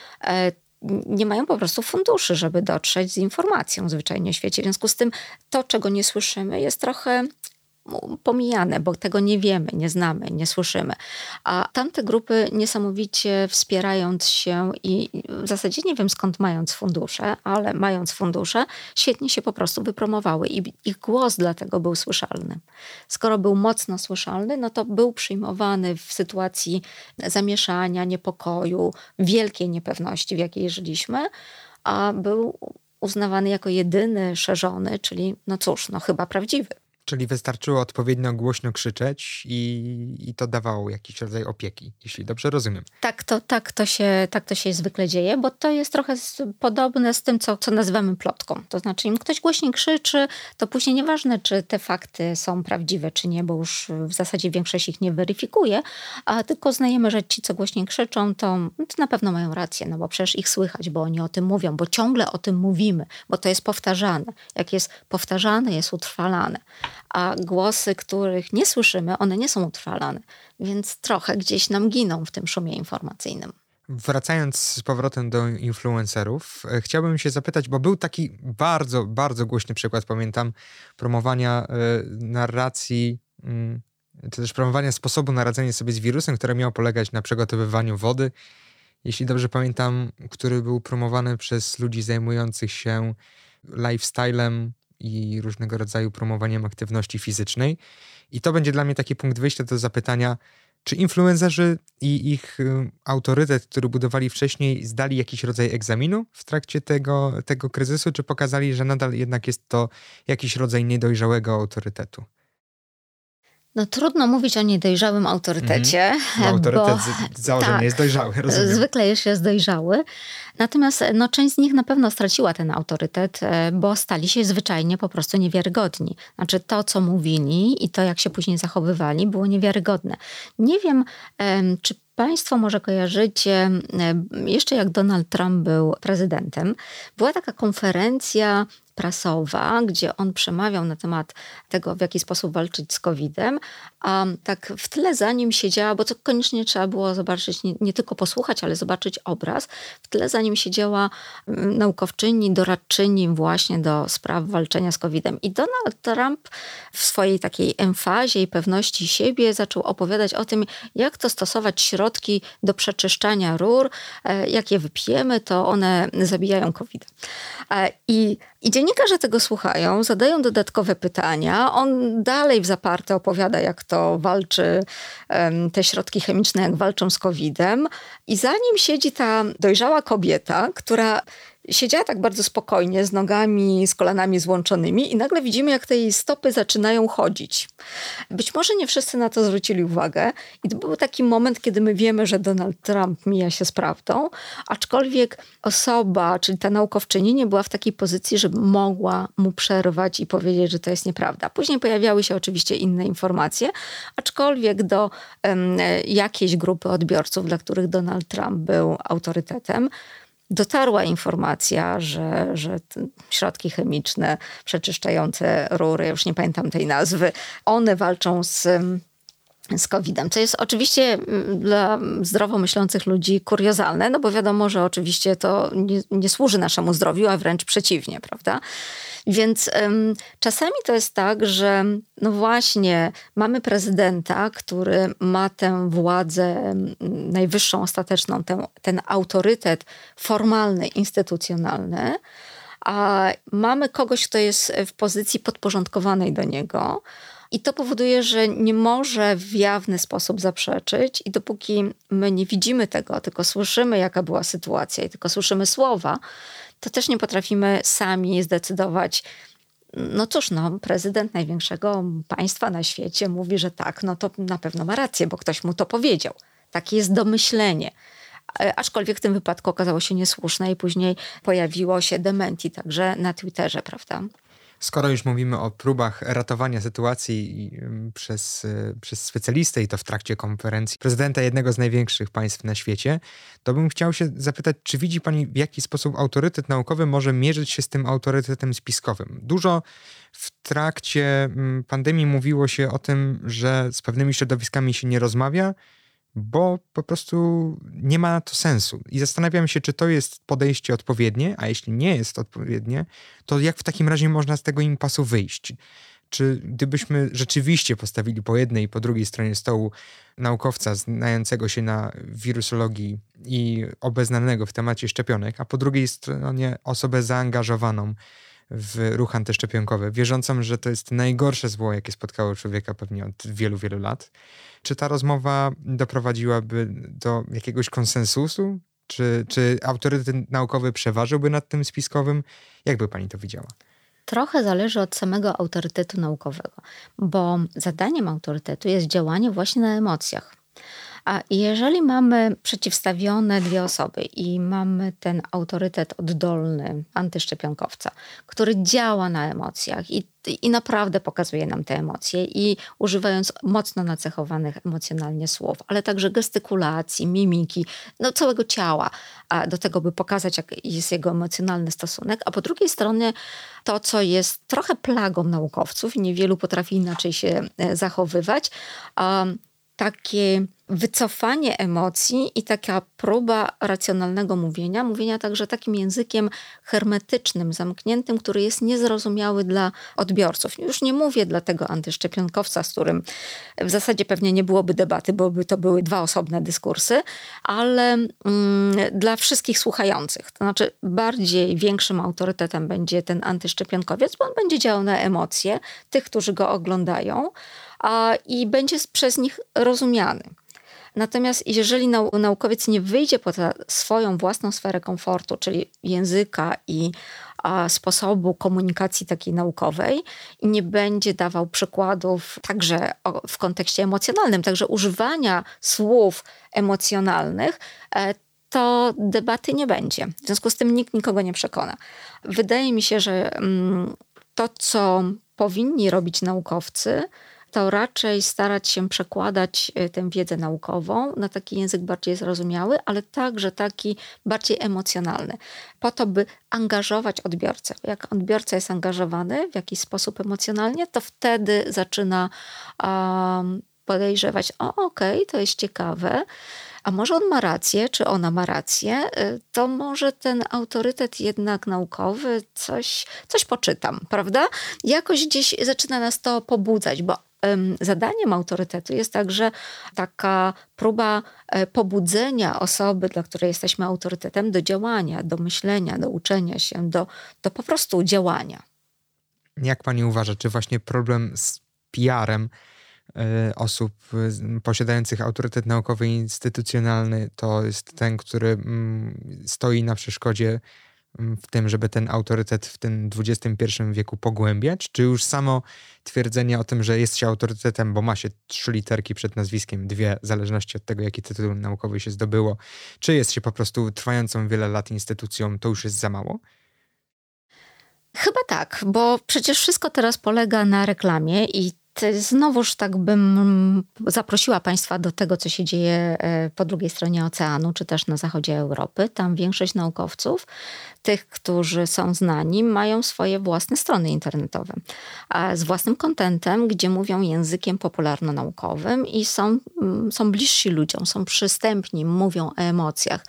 nie mają po prostu funduszy, żeby dotrzeć z informacją zwyczajnie w świecie. W związku z tym to, czego nie słyszymy, jest trochę pomijane, bo tego nie wiemy, nie znamy, nie słyszymy. A tamte grupy niesamowicie wspierając się i w zasadzie nie wiem skąd mając fundusze, ale mając fundusze, świetnie się po prostu wypromowały i ich głos dlatego był słyszalny. Skoro był mocno słyszalny, no to był przyjmowany w sytuacji zamieszania, niepokoju, wielkiej niepewności, w jakiej żyliśmy, a był uznawany jako jedyny szerzony, czyli no cóż, no chyba prawdziwy. Czyli wystarczyło odpowiednio głośno krzyczeć i, i to dawało jakiś rodzaj opieki, jeśli dobrze rozumiem. Tak to, tak, to się, tak to się zwykle dzieje, bo to jest trochę z, podobne z tym, co, co nazywamy plotką. To znaczy, im ktoś głośniej krzyczy, to później nieważne, czy te fakty są prawdziwe, czy nie, bo już w zasadzie większość ich nie weryfikuje, a tylko uznajemy, że ci, co głośniej krzyczą, to, to na pewno mają rację, no bo przecież ich słychać, bo oni o tym mówią, bo ciągle o tym mówimy, bo to jest powtarzane. Jak jest powtarzane, jest utrwalane. a głosy, których nie słyszymy, one nie są utrwalane, więc trochę gdzieś nam giną w tym szumie informacyjnym. Wracając z powrotem do influencerów, e, chciałbym się zapytać, bo był taki bardzo, bardzo głośny przykład, pamiętam, promowania e, narracji, mm, czy też promowania sposobu na radzenie sobie z wirusem, które miało polegać na przygotowywaniu wody, jeśli dobrze pamiętam, który był promowany przez ludzi zajmujących się lifestylem i różnego rodzaju promowaniem aktywności fizycznej. I to będzie dla mnie taki punkt wyjścia do zapytania, czy influencerzy i ich y, autorytet, który budowali wcześniej, zdali jakiś rodzaj egzaminu w trakcie tego, tego kryzysu, czy pokazali, że nadal jednak jest to jakiś rodzaj niedojrzałego autorytetu? No trudno mówić o niedojrzałym autorytecie. Bo autorytet bo, z, z założenia tak, jest dojrzały, rozumiem. Zwykle już jest dojrzały. Natomiast no, część z nich na pewno straciła ten autorytet, bo stali się zwyczajnie po prostu niewiarygodni. Znaczy to, co mówili i to, jak się później zachowywali, było niewiarygodne. Nie wiem, czy Państwo może kojarzycie, jeszcze jak Donald Trump był prezydentem, była taka konferencja prasowa, gdzie on przemawiał na temat tego, w jaki sposób walczyć z kowidem, a tak w tle za nim siedziała, bo to koniecznie trzeba było zobaczyć, nie, nie tylko posłuchać, ale zobaczyć obraz, w tle za nim siedziała naukowczyni, doradczyni właśnie do spraw walczenia z kowidem. I Donald Trump w swojej takiej emfazie i pewności siebie zaczął opowiadać o tym, jak to stosować środki do przeczyszczania rur, jak je wypijemy, to one zabijają kowid. I I dziennikarze tego słuchają, zadają dodatkowe pytania. On dalej w zaparte opowiada, jak to walczy um, te środki chemiczne, jak walczą z kowidem. I za nim siedzi ta dojrzała kobieta, która siedziała tak bardzo spokojnie, z nogami, z kolanami złączonymi i nagle widzimy, jak te jej stopy zaczynają chodzić. Być może nie wszyscy na to zwrócili uwagę i to był taki moment, kiedy my wiemy, że Donald Trump mija się z prawdą, aczkolwiek osoba, czyli ta naukowczyni, nie była w takiej pozycji, żeby mogła mu przerwać i powiedzieć, że to jest nieprawda. Później pojawiały się oczywiście inne informacje, aczkolwiek do um, jakiejś grupy odbiorców, dla których Donald Trump był autorytetem, dotarła informacja, że, że środki chemiczne przeczyszczające rury, już nie pamiętam tej nazwy, one walczą z, z kowidem. Co jest oczywiście dla zdrowo myślących ludzi kuriozalne, no bo wiadomo, że oczywiście to nie, nie służy naszemu zdrowiu, a wręcz przeciwnie, prawda? Więc um, czasami to jest tak, że no właśnie mamy prezydenta, który ma tę władzę najwyższą, ostateczną, ten, ten autorytet formalny, instytucjonalny, a mamy kogoś, kto jest w pozycji podporządkowanej do niego. I to powoduje, że nie może w jawny sposób zaprzeczyć i dopóki my nie widzimy tego, tylko słyszymy, jaka była sytuacja i tylko słyszymy słowa, to też nie potrafimy sami zdecydować, no cóż, no, prezydent największego państwa na świecie mówi, że tak, no to na pewno ma rację, bo ktoś mu to powiedział. Takie jest domyślenie. Aczkolwiek w tym wypadku okazało się niesłuszne i później pojawiło się dementi także na Twitterze, prawda? Skoro już mówimy o próbach ratowania sytuacji przez, przez specjalistę i to w trakcie konferencji prezydenta jednego z największych państw na świecie, to bym chciał się zapytać, czy widzi pani, w jaki sposób autorytet naukowy może mierzyć się z tym autorytetem spiskowym? Dużo w trakcie pandemii mówiło się o tym, że z pewnymi środowiskami się nie rozmawia, bo po prostu nie ma to sensu. I zastanawiam się, czy to jest podejście odpowiednie, a jeśli nie jest odpowiednie, to jak w takim razie można z tego impasu wyjść? Czy gdybyśmy rzeczywiście postawili po jednej i po drugiej stronie stołu naukowca znającego się na wirusologii i obeznanego w temacie szczepionek, a po drugiej stronie osobę zaangażowaną w ruch antyszczepionkowy, wierzącą, że to jest najgorsze zło, jakie spotkało człowieka pewnie od wielu, wielu lat. Czy ta rozmowa doprowadziłaby do jakiegoś konsensusu? Czy, czy autorytet naukowy przeważyłby nad tym spiskowym? Jak by pani to widziała? Trochę zależy od samego autorytetu naukowego, bo zadaniem autorytetu jest działanie właśnie na emocjach. A jeżeli mamy przeciwstawione dwie osoby i mamy ten autorytet oddolny antyszczepionkowca, który działa na emocjach i, i naprawdę pokazuje nam te emocje i używając mocno nacechowanych emocjonalnie słów, ale także gestykulacji, mimiki, no całego ciała, a do tego, by pokazać, jak jest jego emocjonalny stosunek, a po drugiej stronie to, co jest trochę plagą naukowców i niewielu potrafi inaczej się zachowywać, um, takie wycofanie emocji i taka próba racjonalnego mówienia, mówienia także takim językiem hermetycznym, zamkniętym, który jest niezrozumiały dla odbiorców. Już nie mówię dla tego antyszczepionkowca, z którym w zasadzie pewnie nie byłoby debaty, bo by to były dwa osobne dyskursy, ale mm, dla wszystkich słuchających. To znaczy bardziej większym autorytetem będzie ten antyszczepionkowiec, bo on będzie działał na emocje tych, którzy go oglądają, a, i będzie przez nich rozumiany. Natomiast jeżeli nau- naukowiec nie wyjdzie poza swoją własną sferę komfortu, czyli języka i a, sposobu komunikacji takiej naukowej i nie będzie dawał przykładów także o, w kontekście emocjonalnym, także używania słów emocjonalnych, e, to debaty nie będzie. W związku z tym nikt nikogo nie przekona. Wydaje mi się, że mm, to, co powinni robić naukowcy, to raczej starać się przekładać tę wiedzę naukową na taki język bardziej zrozumiały, ale także taki bardziej emocjonalny, po to, by angażować odbiorcę. Jak odbiorca jest angażowany w jakiś sposób emocjonalnie, to wtedy zaczyna um, podejrzewać, o okej, okay, to jest ciekawe, a może on ma rację, czy ona ma rację, to może ten autorytet jednak naukowy, coś, coś poczytam, prawda? Jakoś gdzieś zaczyna nas to pobudzać, bo um, zadaniem autorytetu jest także taka próba pobudzenia osoby, dla której jesteśmy autorytetem, do działania, do myślenia, do uczenia się, do, do po prostu działania. Jak pani uważa, czy właśnie problem z P R-em osób posiadających autorytet naukowy i instytucjonalny to jest ten, który stoi na przeszkodzie w tym, żeby ten autorytet w tym dwudziestym pierwszym wieku pogłębiać? Czy już samo twierdzenie o tym, że jest się autorytetem, bo ma się trzy literki przed nazwiskiem, dwie, w zależności od tego, jaki tytuł naukowy się zdobyło, czy jest się po prostu trwającą wiele lat instytucją, to już jest za mało? Chyba tak, bo przecież wszystko teraz polega na reklamie i znowuż tak bym zaprosiła Państwa do tego, co się dzieje po drugiej stronie oceanu, czy też na zachodzie Europy. Tam większość naukowców, tych, którzy są znani, mają swoje własne strony internetowe. A z własnym kontentem, gdzie mówią językiem popularno-naukowym i są, są bliżsi ludziom, są przystępni, mówią o emocjach.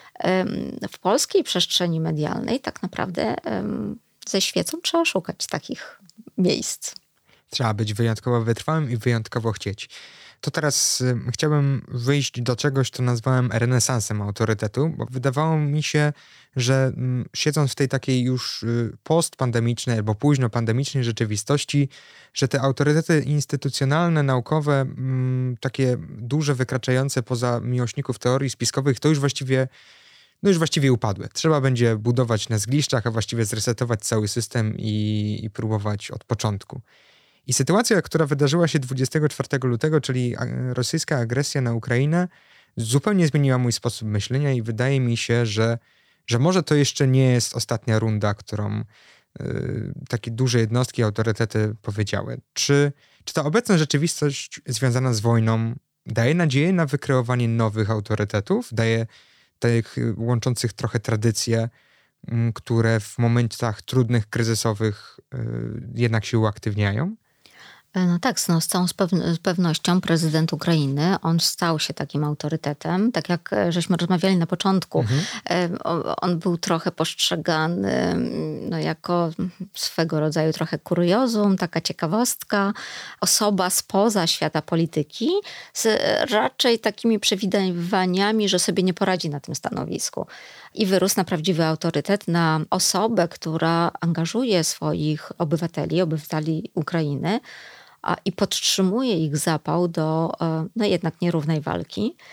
W polskiej przestrzeni medialnej tak naprawdę ze świecą trzeba szukać takich miejsc. Trzeba być wyjątkowo wytrwałym i wyjątkowo chcieć. To teraz y, chciałbym wyjść do czegoś, co nazwałem renesansem autorytetu, bo wydawało mi się, że y, siedząc w tej takiej już y, postpandemicznej albo późno pandemicznej rzeczywistości, że te autorytety instytucjonalne, naukowe, y, takie duże, wykraczające poza miłośników teorii spiskowych, to już właściwie no już właściwie upadły. Trzeba będzie budować na zgliszczach, a właściwie zresetować cały system i, i próbować od początku. I sytuacja, która wydarzyła się dwudziestego czwartego lutego, czyli rosyjska agresja na Ukrainę, zupełnie zmieniła mój sposób myślenia i wydaje mi się, że, że może to jeszcze nie jest ostatnia runda, którą yy, takie duże jednostki, autorytety powiedziały. Czy, czy ta obecna rzeczywistość związana z wojną daje nadzieję na wykreowanie nowych autorytetów? Daje tych łączących trochę tradycje, yy, które w momentach trudnych, kryzysowych yy, jednak się uaktywniają? No tak, no z całą z pewnością prezydent Ukrainy, on stał się takim autorytetem. Tak jak żeśmy rozmawiali na początku, mhm. on był trochę postrzegany no, jako swego rodzaju trochę kuriozum, taka ciekawostka, osoba spoza świata polityki z raczej takimi przewidywaniami, że sobie nie poradzi na tym stanowisku. I wyrósł na prawdziwy autorytet, na osobę, która angażuje swoich obywateli, obywateli Ukrainy, a, i podtrzymuje ich zapał do no jednak nierównej walki.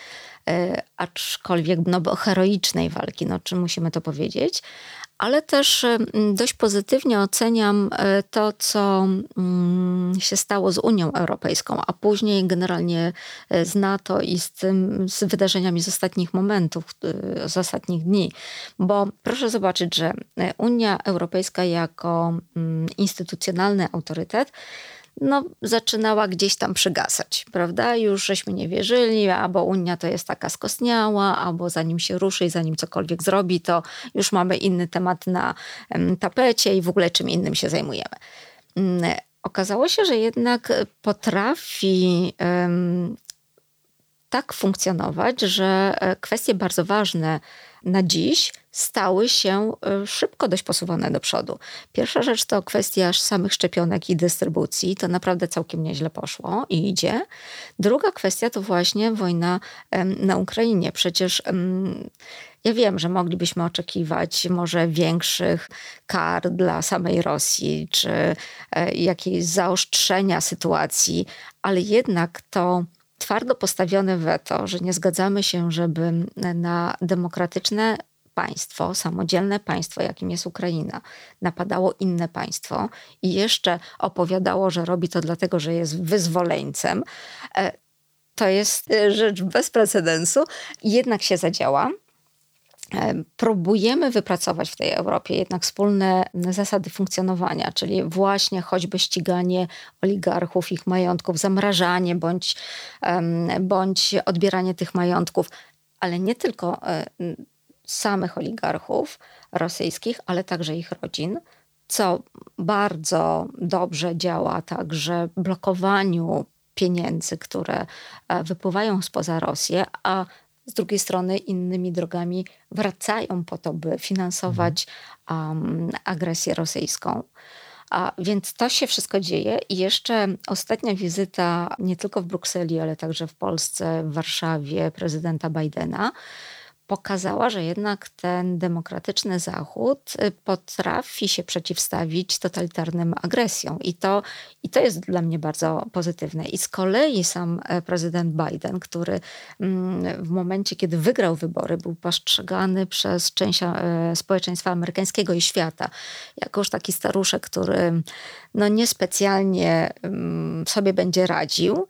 aczkolwiek no, bo heroicznej walki, no czy musimy to powiedzieć. Ale też dość pozytywnie oceniam to, co się stało z Unią Europejską, a później generalnie z NATO i z, tym, z wydarzeniami z ostatnich momentów, z ostatnich dni. Bo proszę zobaczyć, że Unia Europejska jako instytucjonalny autorytet no, zaczynała gdzieś tam przygasać, prawda? Już żeśmy nie wierzyli, albo Unia to jest taka skostniała, albo zanim się ruszy i zanim cokolwiek zrobi, to już mamy inny temat na tapecie i w ogóle czym innym się zajmujemy. Okazało się, że jednak potrafi um, tak funkcjonować, że kwestie bardzo ważne na dziś stały się szybko dość posuwane do przodu. Pierwsza rzecz to kwestia samych szczepionek i dystrybucji. To naprawdę całkiem nieźle poszło i idzie. Druga kwestia to właśnie wojna na Ukrainie. Przecież ja wiem, że moglibyśmy oczekiwać może większych kar dla samej Rosji, czy jakieś zaostrzenia sytuacji, ale jednak to twardo postawione weto, że nie zgadzamy się, żeby na demokratyczne państwo, samodzielne państwo, jakim jest Ukraina, napadało inne państwo i jeszcze opowiadało, że robi to dlatego, że jest wyzwoleńcem, to jest rzecz bez precedensu. Jednak się zadziała. Próbujemy wypracować w tej Europie jednak wspólne zasady funkcjonowania, czyli właśnie choćby ściganie oligarchów, ich majątków, zamrażanie bądź, bądź odbieranie tych majątków, ale nie tylko samych oligarchów rosyjskich, ale także ich rodzin, co bardzo dobrze działa także blokowaniu pieniędzy, które wypływają spoza Rosji, a z drugiej strony innymi drogami wracają po to, by finansować um, agresję rosyjską. A więc to się wszystko dzieje i jeszcze ostatnia wizyta nie tylko w Brukseli, ale także w Polsce, w Warszawie prezydenta Bidena pokazała, że jednak ten demokratyczny Zachód potrafi się przeciwstawić totalitarnym agresjom. I to, i to jest dla mnie bardzo pozytywne. I z kolei sam prezydent Biden, który w momencie, kiedy wygrał wybory, był postrzegany przez część społeczeństwa amerykańskiego i świata jako już taki staruszek, który no niespecjalnie sobie będzie radził,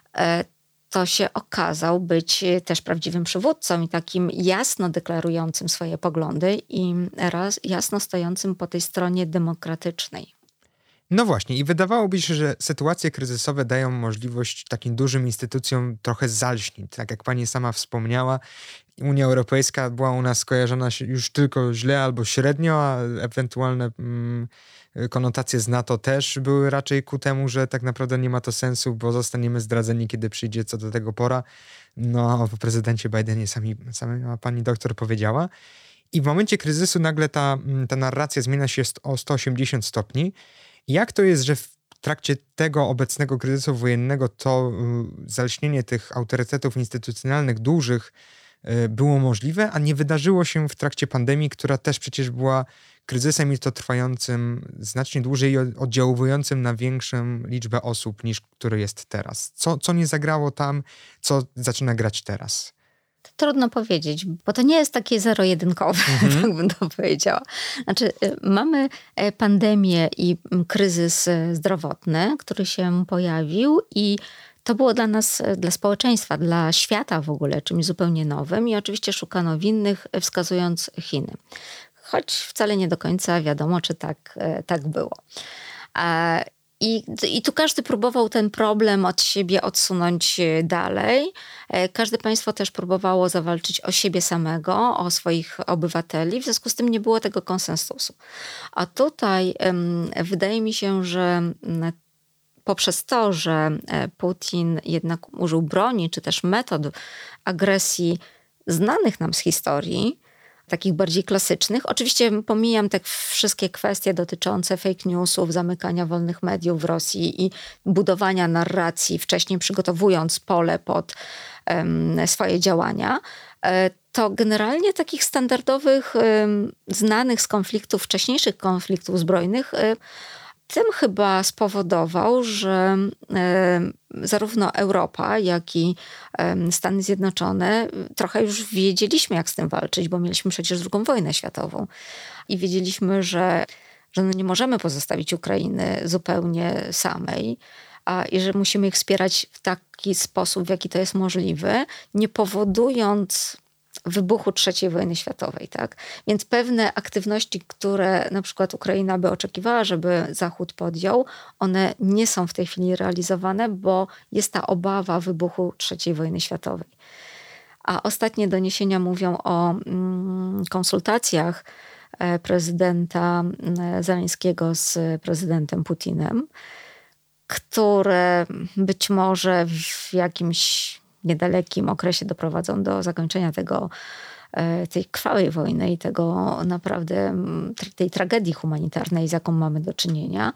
to się okazał być też prawdziwym przywódcą i takim jasno deklarującym swoje poglądy i raz jasno stojącym po tej stronie demokratycznej. No właśnie i wydawałoby się, że sytuacje kryzysowe dają możliwość takim dużym instytucjom trochę zalśnić. Tak jak pani sama wspomniała, Unia Europejska była u nas skojarzona już tylko źle albo średnio, a ewentualne mm, konotacje z NATO też były raczej ku temu, że tak naprawdę nie ma to sensu, bo zostaniemy zdradzeni, kiedy przyjdzie co do tego pora. No, o prezydencie Bidenie sami, sama pani doktor powiedziała. I w momencie kryzysu nagle ta, ta narracja zmienia się o sto osiemdziesiąt stopni. Jak to jest, że w trakcie tego obecnego kryzysu wojennego to y, zalśnienie tych autorytetów instytucjonalnych dużych y, było możliwe, a nie wydarzyło się w trakcie pandemii, która też przecież była kryzysem i to trwającym znacznie dłużej i oddziałującym na większą liczbę osób niż który jest teraz. Co, co nie zagrało tam, co zaczyna grać teraz? Trudno powiedzieć, bo to nie jest takie zero-jedynkowe, mhm. tak bym to powiedziała. Znaczy, mamy pandemię i kryzys zdrowotny, który się pojawił i to było dla nas, dla społeczeństwa, dla świata w ogóle czymś zupełnie nowym i oczywiście szukano winnych, wskazując Chiny. Choć wcale nie do końca wiadomo, czy tak, tak było. I, I tu każdy próbował ten problem od siebie odsunąć dalej. Każde państwo też próbowało zawalczyć o siebie samego, o swoich obywateli. W związku z tym nie było tego konsensusu. A tutaj um, wydaje mi się, że poprzez to, że Putin jednak użył broni, czy też metod agresji znanych nam z historii, takich bardziej klasycznych. Oczywiście pomijam te wszystkie kwestie dotyczące fake newsów, zamykania wolnych mediów w Rosji i budowania narracji, wcześniej przygotowując pole pod um, swoje działania. To generalnie takich standardowych, um, znanych z konfliktów, wcześniejszych konfliktów zbrojnych, um, tym chyba spowodował, że e, zarówno Europa, jak i e, Stany Zjednoczone trochę już wiedzieliśmy, jak z tym walczyć, bo mieliśmy przecież drugą wojnę światową i wiedzieliśmy, że, że no nie możemy pozostawić Ukrainy zupełnie samej, a, i że musimy ich wspierać w taki sposób, w jaki to jest możliwe, nie powodując wybuchu trzeciej wojny światowej, tak? Więc pewne aktywności, które na przykład Ukraina by oczekiwała, żeby Zachód podjął, one nie są w tej chwili realizowane, bo jest ta obawa wybuchu trzeciej wojny światowej. A ostatnie doniesienia mówią o mm, konsultacjach prezydenta Zeleńskiego z prezydentem Putinem, które być może w jakimś niedalekim okresie doprowadzą do zakończenia tego, tej krwawej wojny i tego naprawdę, tej tragedii humanitarnej, z jaką mamy do czynienia.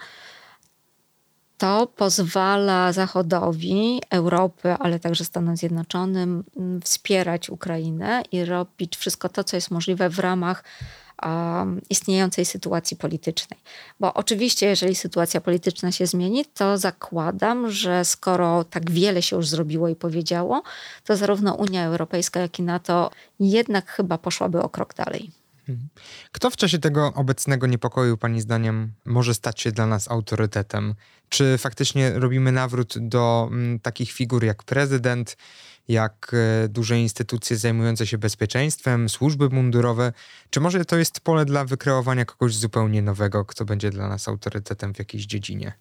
To pozwala Zachodowi, Europy, ale także Stanom Zjednoczonym wspierać Ukrainę i robić wszystko to, co jest możliwe w ramach um, istniejącej sytuacji politycznej. Bo oczywiście, jeżeli sytuacja polityczna się zmieni, to zakładam, że skoro tak wiele się już zrobiło i powiedziało, to zarówno Unia Europejska, jak i NATO jednak chyba poszłaby o krok dalej. Kto w czasie tego obecnego niepokoju, pani zdaniem, może stać się dla nas autorytetem? Czy faktycznie robimy nawrót do m, takich figur jak prezydent, jak e, duże instytucje zajmujące się bezpieczeństwem, służby mundurowe? Czy może to jest pole dla wykreowania kogoś zupełnie nowego, kto będzie dla nas autorytetem w jakiejś dziedzinie?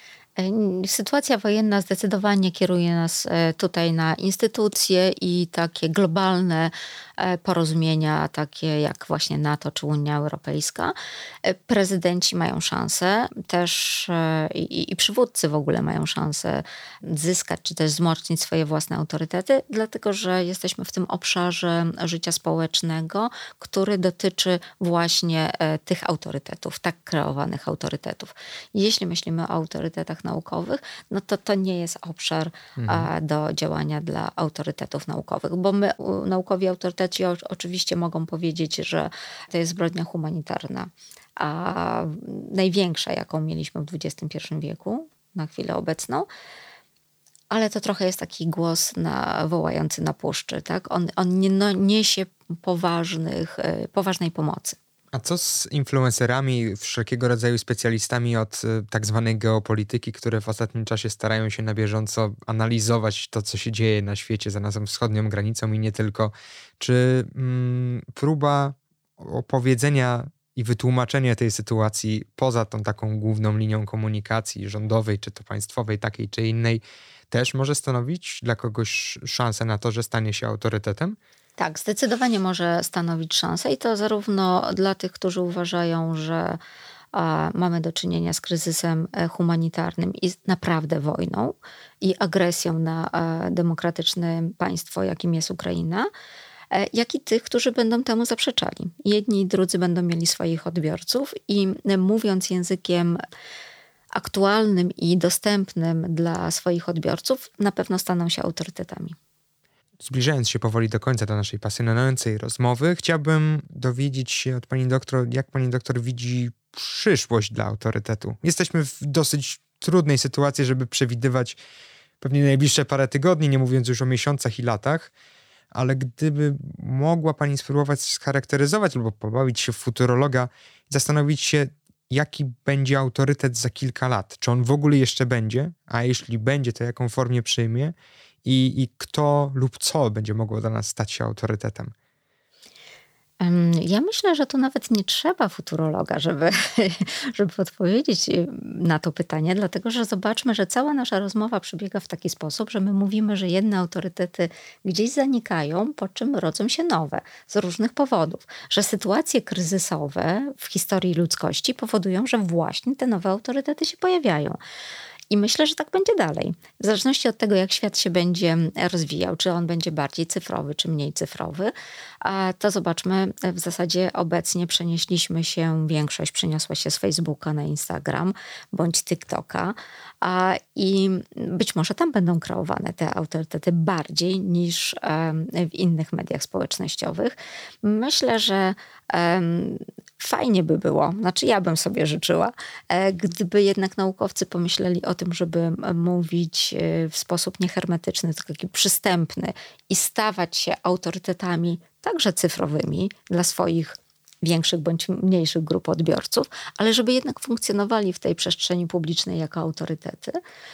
Sytuacja wojenna zdecydowanie kieruje nas tutaj na instytucje i takie globalne porozumienia, takie jak właśnie NATO czy Unia Europejska. Prezydenci mają szansę też i, i przywódcy w ogóle mają szansę zyskać czy też wzmocnić swoje własne autorytety, dlatego że jesteśmy w tym obszarze życia społecznego, który dotyczy właśnie tych autorytetów, tak kreowanych autorytetów. Jeśli myślimy o autorytetach naukowych, no to to nie jest obszar mhm. do działania dla autorytetów naukowych, bo my, naukowi autoryteci oczywiście mogą powiedzieć, że to jest zbrodnia humanitarna, a największa, jaką mieliśmy w dwudziestym pierwszym wieku, na chwilę obecną, ale to trochę jest taki głos na, wołający na puszczy, tak? On, on nie no, niesie poważnych, poważnej pomocy. A co z influencerami, wszelkiego rodzaju specjalistami od y, tak zwanej geopolityki, które w ostatnim czasie starają się na bieżąco analizować to, co się dzieje na świecie za naszą wschodnią granicą i nie tylko? Czy mm, próba opowiedzenia i wytłumaczenia tej sytuacji poza tą taką główną linią komunikacji rządowej, czy to państwowej, takiej czy innej, też może stanowić dla kogoś szansę na to, że stanie się autorytetem? Tak, zdecydowanie może stanowić szansę i to zarówno dla tych, którzy uważają, że a, mamy do czynienia z kryzysem humanitarnym i naprawdę wojną i agresją na a, demokratyczne państwo, jakim jest Ukraina, a, jak i tych, którzy będą temu zaprzeczali. Jedni i drudzy będą mieli swoich odbiorców i mówiąc językiem aktualnym i dostępnym dla swoich odbiorców, na pewno staną się autorytetami. Zbliżając się powoli do końca do naszej pasjonującej rozmowy, chciałbym dowiedzieć się od pani doktor, jak pani doktor widzi przyszłość dla autorytetu. Jesteśmy w dosyć trudnej sytuacji, żeby przewidywać pewnie najbliższe parę tygodni, nie mówiąc już o miesiącach i latach, ale gdyby mogła pani spróbować scharakteryzować albo pobawić się w futurologa, zastanowić się, jaki będzie autorytet za kilka lat. Czy on w ogóle jeszcze będzie, a jeśli będzie, to jaką formie przyjmie? I, i kto lub co będzie mogło dla nas stać się autorytetem? Ja myślę, że tu nawet nie trzeba futurologa, żeby, żeby odpowiedzieć na to pytanie, dlatego że zobaczmy, że cała nasza rozmowa przebiega w taki sposób, że my mówimy, że jedne autorytety gdzieś zanikają, po czym rodzą się nowe z różnych powodów. Że sytuacje kryzysowe w historii ludzkości powodują, że właśnie te nowe autorytety się pojawiają. I myślę, że tak będzie dalej. W zależności od tego, jak świat się będzie rozwijał, czy on będzie bardziej cyfrowy, czy mniej cyfrowy, to zobaczmy, w zasadzie obecnie przenieśliśmy się, większość przeniosła się z Facebooka na Instagram bądź TikToka i być może tam będą kreowane te autorytety bardziej niż w innych mediach społecznościowych. Myślę, że fajnie by było, znaczy ja bym sobie życzyła, gdyby jednak naukowcy pomyśleli o tym, żeby mówić w sposób niehermetyczny, tylko taki przystępny i stawać się autorytetami także cyfrowymi dla swoich większych bądź mniejszych grup odbiorców, ale żeby jednak funkcjonowali w tej przestrzeni publicznej jako autorytety.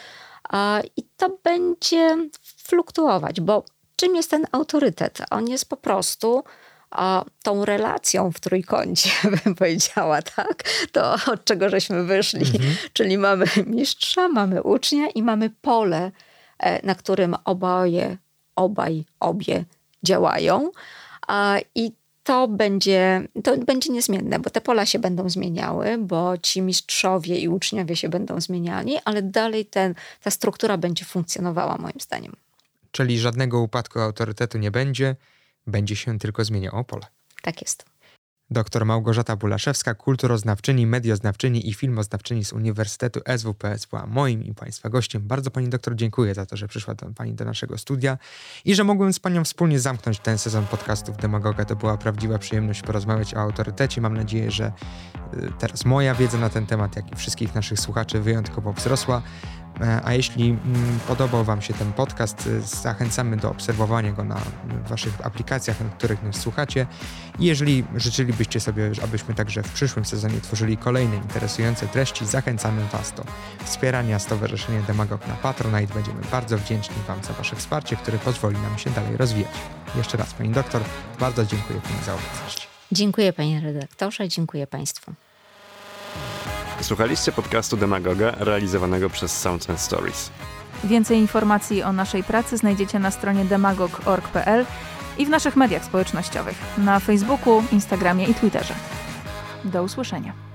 I to będzie fluktuować, bo czym jest ten autorytet? On jest po prostu a, tą relacją w trójkącie, bym powiedziała, tak? To od czego żeśmy wyszli. Mhm. Czyli mamy mistrza, mamy ucznia i mamy pole, na którym oboje, obaj, obie działają. A, I to będzie, to będzie niezmienne, bo te pola się będą zmieniały, bo ci mistrzowie i uczniowie się będą zmieniali, ale dalej ten, ta struktura będzie funkcjonowała moim zdaniem. Czyli żadnego upadku autorytetu nie będzie, będzie się tylko zmieniało pole. Tak jest. Doktor Małgorzata Bulaszewska, kulturoznawczyni, medioznawczyni i filmoznawczyni z Uniwersytetu S W P S była moim i Państwa gościem. Bardzo Pani doktor dziękuję za to, że przyszła do, Pani do naszego studia i że mogłem z Panią wspólnie zamknąć ten sezon podcastów Demagoga. To była prawdziwa przyjemność porozmawiać o autorytecie. Mam nadzieję, że teraz moja wiedza na ten temat, jak i wszystkich naszych słuchaczy wyjątkowo wzrosła. A jeśli podobał Wam się ten podcast, zachęcamy do obserwowania go na Waszych aplikacjach, na których nas słuchacie. I jeżeli życzylibyście sobie, abyśmy także w przyszłym sezonie tworzyli kolejne interesujące treści, zachęcamy Was do wspierania Stowarzyszenia Demagog na Patronite. Będziemy bardzo wdzięczni Wam za Wasze wsparcie, które pozwoli nam się dalej rozwijać. Jeszcze raz, Pani doktor, bardzo dziękuję Pani za obecność. Dziękuję Panie redaktorze, dziękuję Państwu. Słuchaliście podcastu Demagoga realizowanego przez Sounds and Stories. Więcej informacji o naszej pracy znajdziecie na stronie demagog kropka org kropka p l i w naszych mediach społecznościowych na Facebooku, Instagramie i Twitterze. Do usłyszenia.